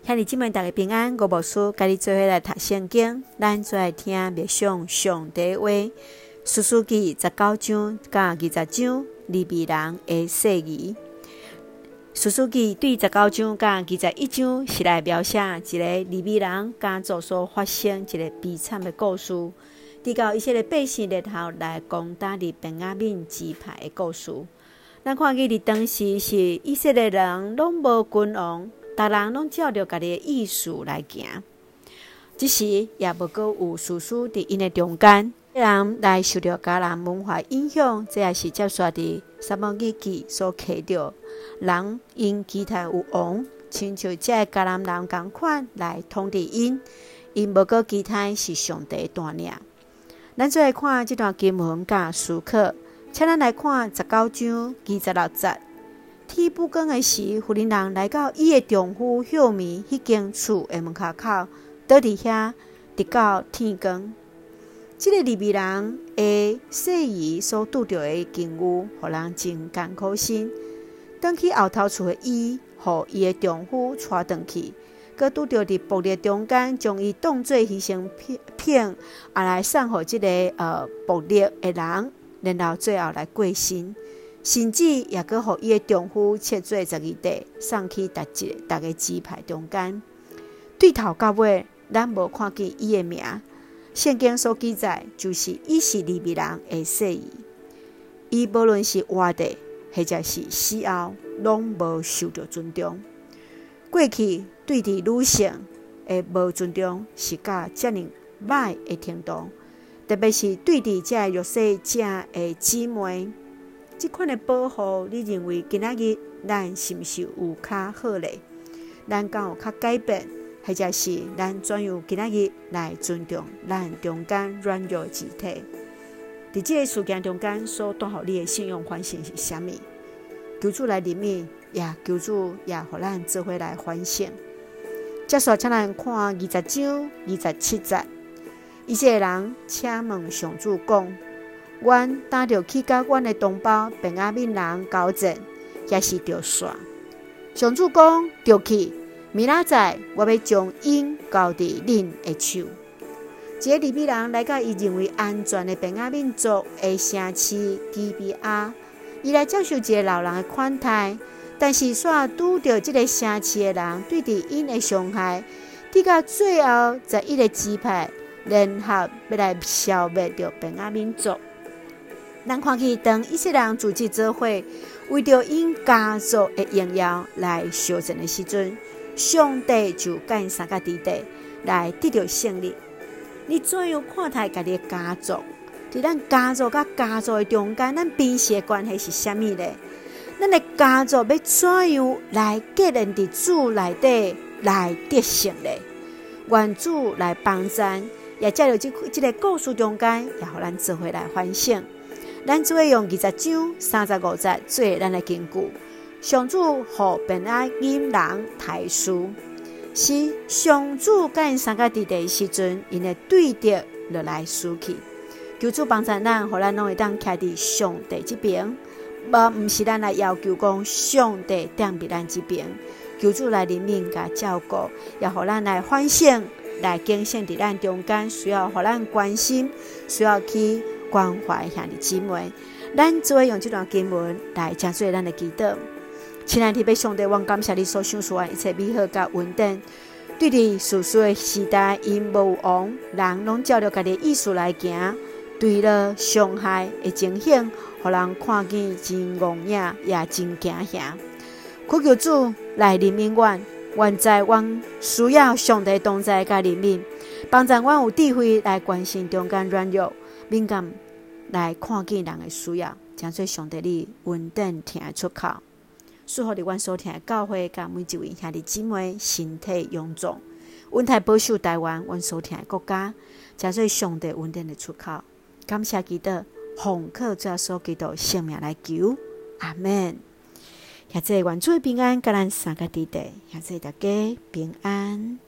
兄弟姊妹大家平安，我牧师甲你做伙来读圣经，咱做来听默想上帝话。士师记19章甲20章，利未人的誓言。士师记对19章甲21章是来描写一个利未人家族所发生一个悲惨的故事，直到以色列百姓日后来攻打便雅悯支派的故事。咱看见伫当时是以色列人拢无君王。逐人拢照着家己的意思来行，只是也无过有士师伫因的中间，人来受到迦南文化影响，这也是接续伫撒母耳记所刻着，人因期待有王，亲像这迦南人同款来统治因无过期待是上帝带领。咱再来看这段经文甲思考，请咱来看19章26节。天不光的时，妇人人来到伊的丈夫休眠迄间厝的门口，倒伫遐，直到天光。这个利未人的誓言所拄着的境遇，互人真艰苦心。转去后头厝的伊，互伊的丈夫带转去，佮拄着伫暴力中间，将伊当作牺牲品，来送互这个暴力的人，然后最后来过身。甚至也阁互伊的丈夫切做12块，送去逐个支派中间。对头到尾，咱无看见伊的名。圣经所记载，就是伊是利未人的誓言。伊无论是活地，或者是死后，拢无受到尊重。过去对伫女性的无尊重，是到遮尔歹的程度，特别是对伫这弱势者的姊妹。这款的保护，你认为今仔日咱是毋是有较好咧？咱敢有较改变，或者是咱怎样今仔日来尊重咱中间软弱肢体？伫这个事件中间所带予你的信用反省是啥物？求主来怜悯，也求主也互咱做伙来反省。接续请咱看20章27节，以色列人请问上主讲。阮担着去甲阮的同胞便雅悯人交战，也是着煞。上主讲着去，明仔载我要将因交伫恁的手。一个利未人来到伊认为安全的便雅悯族的城市基比亚，伊来接受一个老人的款待，但是煞拄着这个城市的人对伫因的伤害，直到最后11个支派联合要来消灭着便雅悯族。咱看见当以色列人组织做伙，为着因家族的荣耀来烧战的时阵，上帝就甲因三角地带来得到胜利。你怎样看待家己的家族？伫咱家族甲家族的中间，咱平时的关系是啥物咧？咱的家族要怎样来结连伫主内底来得胜咧？愿主来帮咱，也借着这个故事中间，也互咱做伙来反省。咱做伙用20章35节做咱的根据。上主互便雅悯人台书，是上主甲因三角地带的时阵，因的对敌落来输去。求主帮助咱，互咱拢会当徛伫上帝这边，毋是咱来要求讲上帝踮伫咱这边。求主来怜悯甲照顾，也互咱来反省，来警醒伫咱中间，需要互咱关心，需要去关怀兄弟姊妹。咱做伙用这段经文来加做咱的祈祷。亲爱的天父上帝，我感谢你所享受的一切美好甲稳定。对伫士师的时代，因无王，人拢照着家己的意思来行，对了伤害的情形，互人看见真戆影，也真惊吓。恳求主来怜悯阮，愿在阮需要上帝同在甲怜悯，帮助阮有智慧来关心中间软弱，敏感来看见人的需要，将做上帝你稳定听的出口。祝福伫阮所听的教会，甲每一位兄弟姊妹身体勇壮，稳泰保守台湾，阮所听的国家，将做上帝稳定的出口。感谢祈祷，奉靠主耶稣基督圣名来求，阿们。现在愿主平安，甲咱三个地带，现在大家平安。